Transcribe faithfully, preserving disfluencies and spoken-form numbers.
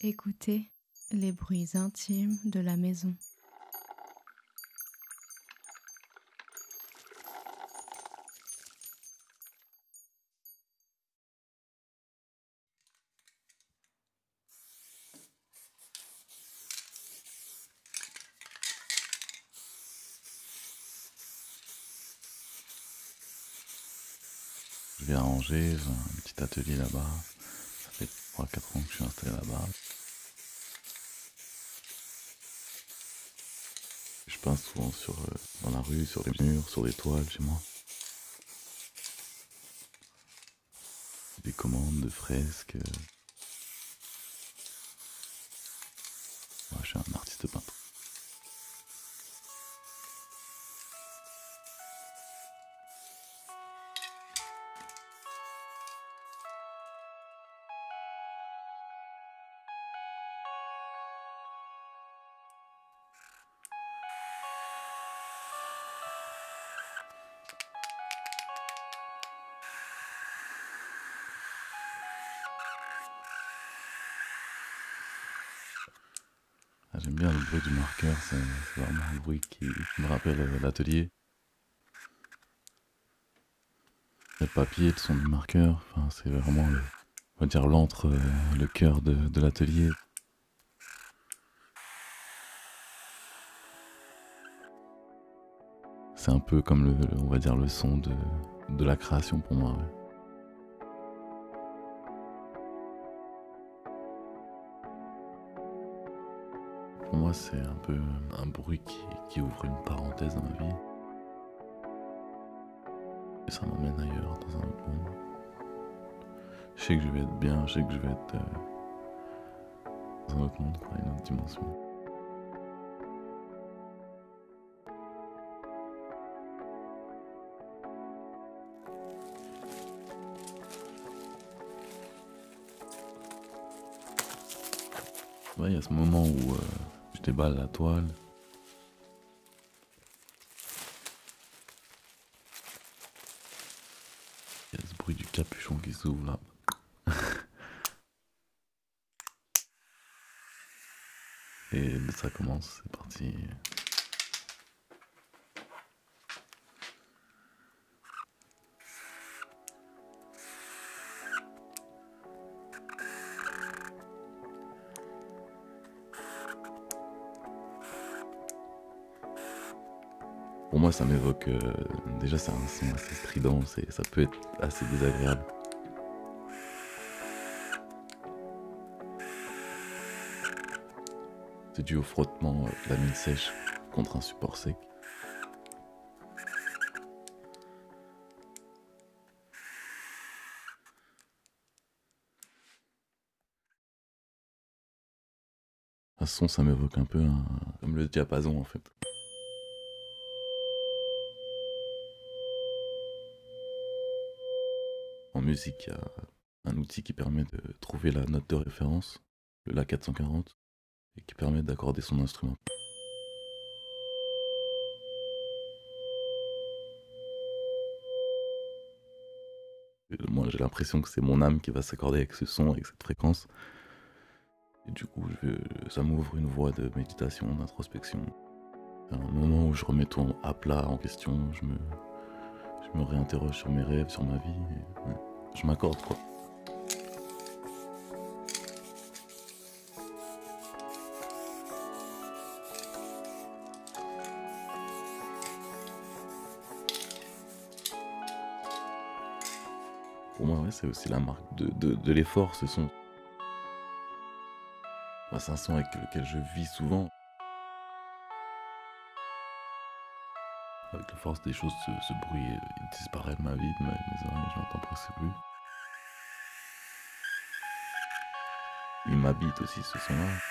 Écoutez les bruits intimes de la maison. Je vais à Angers, j'ai un petit atelier là-bas. Ça fait trois quatre ans que je suis installé là-bas. Je peins souvent sur, euh, dans la rue, sur les murs, sur les toiles chez moi. Des commandes de fresques. euh. Ouais, je suis un artiste peintre. Ah, j'aime bien le bruit du marqueur, c'est c'est vraiment un bruit qui me rappelle euh, l'atelier. Le papier, le son du marqueur, enfin, c'est vraiment le, on va dire l'antre, euh, le cœur de, de l'atelier. C'est un peu comme le, le- on va dire le son de, de la création pour moi. Ouais. Pour moi, c'est un peu un bruit qui, qui ouvre une parenthèse dans ma vie. Et ça m'emmène ailleurs, dans un autre monde. Je sais que je vais être bien, je sais que je vais être euh, dans un autre monde, quoi, une autre dimension. Ouais, il y a ce moment où euh, je déballe la toile. Il y a ce bruit du capuchon qui s'ouvre là. Et ça commence, c'est parti. Pour moi, ça m'évoque. euh, déjà, c'est un son assez strident, c'est, ça peut être assez désagréable. C'est dû au frottement euh, de la mine sèche contre un support sec. Un son, ça m'évoque un peu un- comme le diapason en fait. En musique, il y a un outil qui permet de trouver la note de référence, le La quatre cent quarante, et qui permet d'accorder son instrument. Et moi, j'ai l'impression que c'est mon âme qui va s'accorder avec ce son, avec cette fréquence. Et du coup, je- ça m'ouvre une voie de méditation, d'introspection. C'est un moment où je remets tout à plat, en question, je me, je me réinterroge sur mes rêves, sur ma vie. Et, ouais, je m'accorde quoi. Pour moi, ouais, c'est aussi la marque de, de, de l'effort, ce son. Moi, c'est un son avec lequel je vis souvent. Avec la force des choses, ce, ce bruit euh, il disparaît de ma vie, de ma- mes oreilles, je l'entends presque plus. Il m'habite aussi ce son-là.